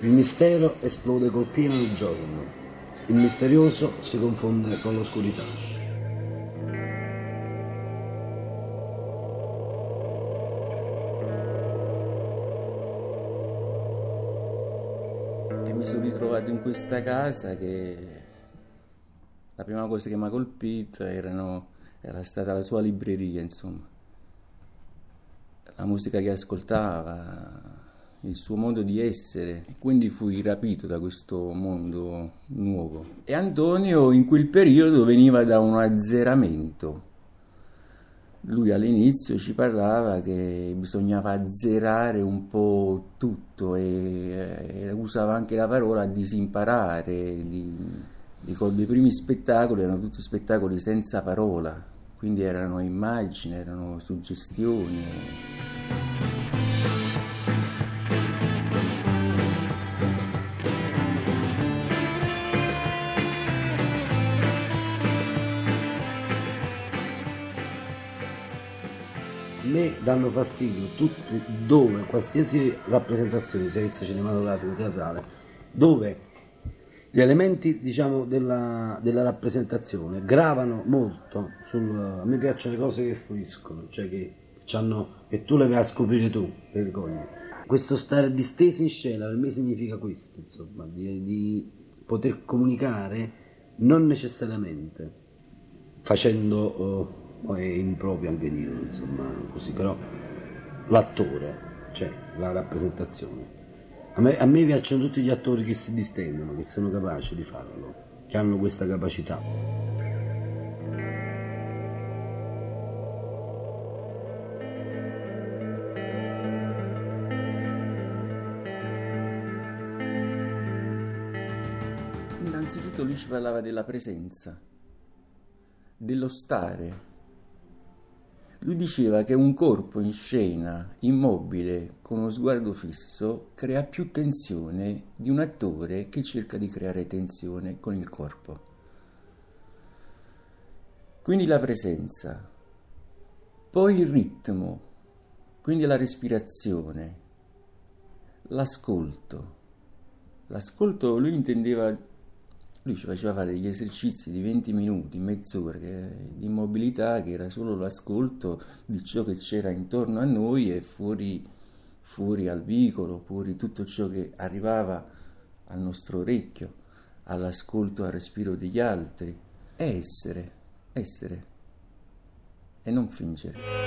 Il mistero esplode col pieno del giorno, il misterioso si confonde con l'oscurità. E mi sono ritrovato in questa casa che la prima cosa che mi ha colpito era stata la sua libreria, insomma. La musica che ascoltava, il suo modo di essere, e quindi fui rapito da questo mondo nuovo. E Antonio in quel periodo veniva da un azzeramento. Lui all'inizio ci parlava che bisognava azzerare un po' tutto e usava anche la parola disimparare. Ricordo i primi spettacoli erano tutti spettacoli senza parola, quindi erano immagini, erano suggestioni. A me danno fastidio tutti, dove, qualsiasi rappresentazione, sia essa cinematografica o teatrale, dove gli elementi, diciamo, della rappresentazione gravano molto a me piacciono le cose che fruiscono, cioè che tu le vai a scoprire tu, le ricogli. Questo stare distesi in scena per me significa questo, insomma, di poter comunicare non necessariamente facendo è improprio anche dirlo, insomma, così, però l'attore, cioè la rappresentazione. A me piacciono tutti gli attori che si distendono, che sono capaci di farlo, che hanno questa capacità. Innanzitutto lui ci parlava della presenza, dello stare. Lui diceva che un corpo in scena, immobile, con uno sguardo fisso, crea più tensione di un attore che cerca di creare tensione con il corpo. Quindi la presenza, poi il ritmo, quindi la respirazione, l'ascolto. L'ascolto lui intendeva. Lui ci faceva fare degli esercizi di 20 minuti, mezz'ora di immobilità, che era solo l'ascolto di ciò che c'era intorno a noi e fuori al vicolo, fuori tutto ciò che arrivava al nostro orecchio, all'ascolto, al respiro degli altri. È essere e non fingere.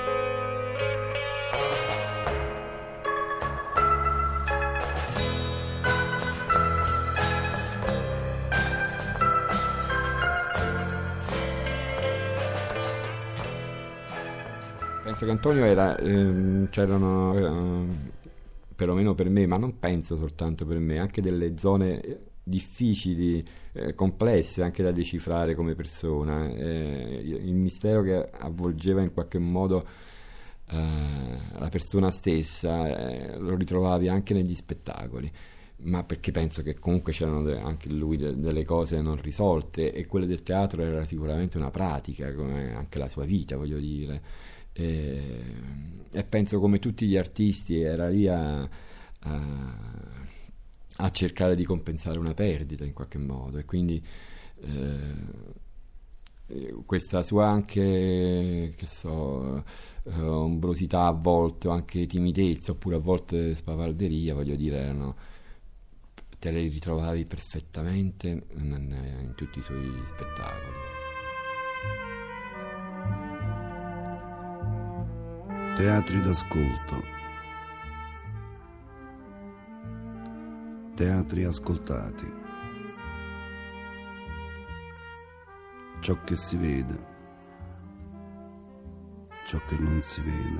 Penso che Antonio c'erano, perlomeno per me, ma non penso soltanto per me, anche delle zone difficili, complesse anche da decifrare come persona. Il mistero che avvolgeva in qualche modo la persona stessa, lo ritrovavi anche negli spettacoli, ma perché penso che comunque c'erano anche in lui delle cose non risolte, e quelle del teatro era sicuramente una pratica, come anche la sua vita, voglio dire. E penso, come tutti gli artisti, era lì a cercare di compensare una perdita in qualche modo, e quindi questa sua anche, che so, ombrosità a volte, o anche timidezza, oppure a volte spavalderia, voglio dire, te le ritrovavi perfettamente in tutti i suoi spettacoli. Teatri d'ascolto, teatri ascoltati, ciò che si vede, ciò che non si vede,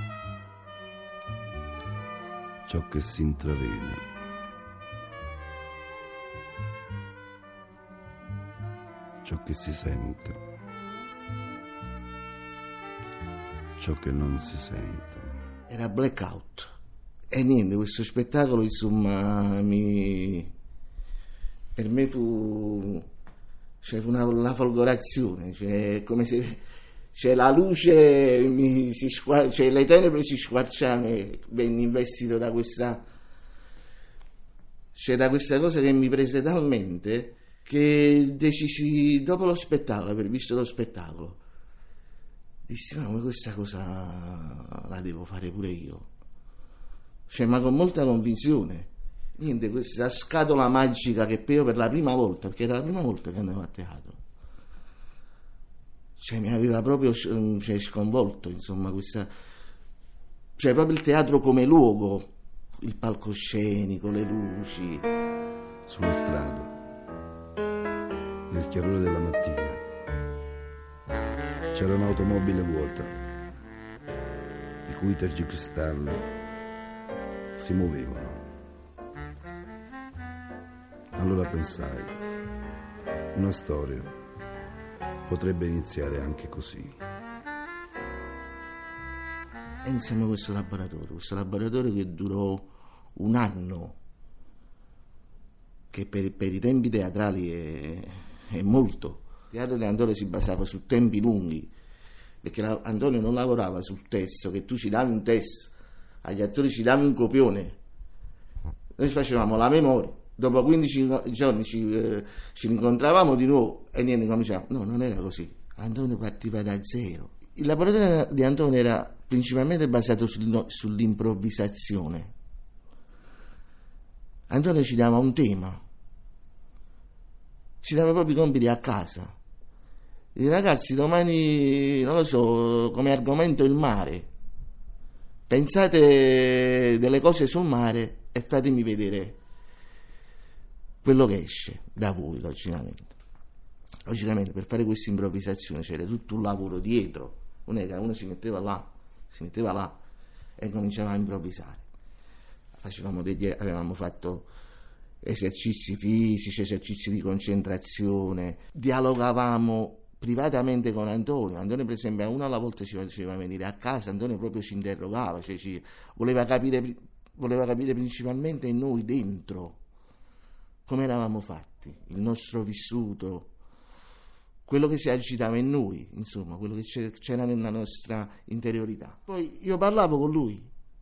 ciò che si intravede, ciò che si sente, ciò che non si sente. Era Blackout e niente, questo spettacolo insomma per me fu una folgorazione, cioè come se la luce le tenebre si squarciavano, e venni investito da questa c'era questa cosa che mi prese talmente che decisi, dopo lo spettacolo, aver visto lo spettacolo, dissi: ma questa cosa la devo fare pure io, cioè, ma con molta convinzione. Niente, questa scatola magica che io per la prima volta, perché era la prima volta che andavo a teatro, cioè mi aveva proprio sconvolto, insomma, questa, cioè proprio il teatro come luogo, il palcoscenico, le luci. Sulla strada, nel chiarore della mattina, c'era un'automobile vuota, i cui tergicristalli si muovevano. Allora pensai, una storia potrebbe iniziare anche così. E iniziamo questo laboratorio che durò un anno, che per i tempi teatrali è molto. Il teatro di Antonio si basava su tempi lunghi, perché Antonio non lavorava sul testo, che tu ci davi un testo, agli attori ci davi un copione, noi facevamo la memoria, dopo 15 giorni ci rincontravamo di nuovo e niente, cominciamo. No, non era così. Antonio partiva da zero. Il laboratorio di Antonio era principalmente basato sull'improvvisazione. Antonio ci dava un tema, ci dava proprio i compiti a casa. I ragazzi, domani, non lo so, come argomento il mare, pensate delle cose sul mare e fatemi vedere quello che esce da voi. Logicamente per fare questa improvvisazione c'era tutto un lavoro dietro, non è che uno si metteva là e cominciava a improvvisare. Avevamo fatto esercizi fisici, esercizi di concentrazione, dialogavamo privatamente con Antonio. Antonio, per esempio, una alla volta ci faceva venire a casa, Antonio proprio ci interrogava, cioè voleva capire principalmente noi dentro come eravamo fatti, il nostro vissuto, quello che si agitava in noi, insomma, quello che c'era nella nostra interiorità. Poi io parlavo con lui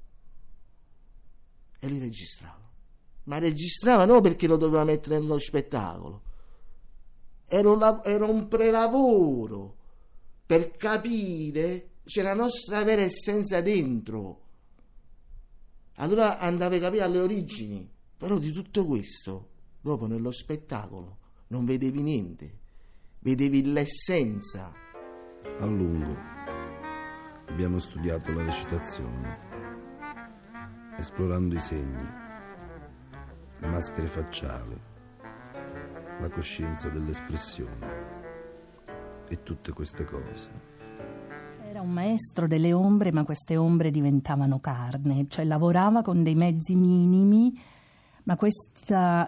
e lui registrava, ma registrava non perché lo doveva mettere nello spettacolo, era un prelavoro per capire, c'era la nostra vera essenza dentro. Allora andava a capire alle origini, però di tutto questo dopo nello spettacolo non vedevi niente, vedevi l'essenza. A lungo abbiamo studiato la recitazione, esplorando i segni, le maschere facciali, la coscienza dell'espressione e tutte queste cose. Era un maestro delle ombre, ma queste ombre diventavano carne, cioè lavorava con dei mezzi minimi, ma questo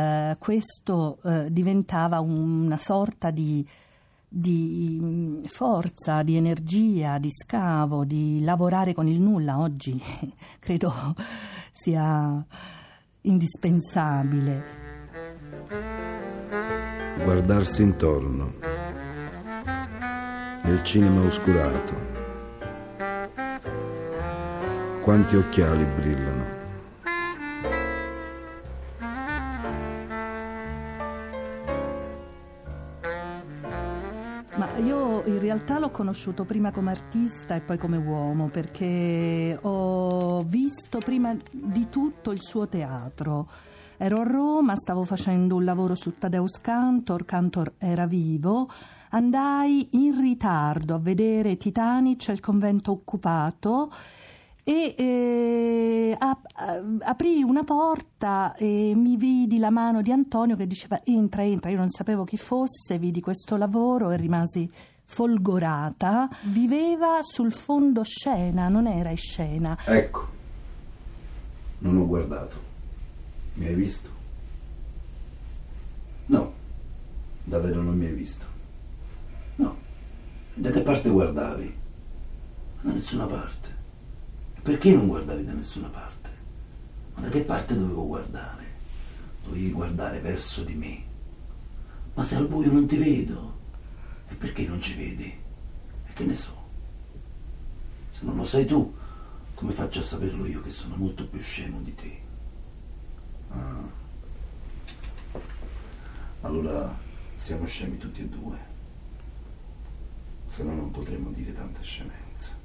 diventava una sorta di forza, di energia, di scavo, di lavorare con il nulla. Oggi credo sia indispensabile. Guardarsi intorno, nel cinema oscurato, quanti occhiali brillano. Ma io in realtà l'ho conosciuto prima come artista e poi come uomo, perché ho visto prima di tutto il suo teatro. Ero a Roma, stavo facendo un lavoro su Tadeusz Kantor era vivo, andai in ritardo a vedere Titanic e il convento occupato e aprì una porta e mi vidi la mano di Antonio che diceva entra, io non sapevo chi fosse, vidi questo lavoro e rimasi folgorata. Viveva sul fondo scena, non era in scena. Ecco, non ho guardato. Mi hai visto? No, davvero non mi hai visto. No, da che parte guardavi? Da nessuna parte. Perché non guardavi da nessuna parte? Ma da che parte dovevo guardare? Dovevi guardare verso di me. Ma se al buio non ti vedo, e perché non ci vedi? E che ne so? Se non lo sai tu, come faccio a saperlo io che sono molto più scemo di te? Ah, allora siamo scemi tutti e due, se no non potremmo dire tante scemenze.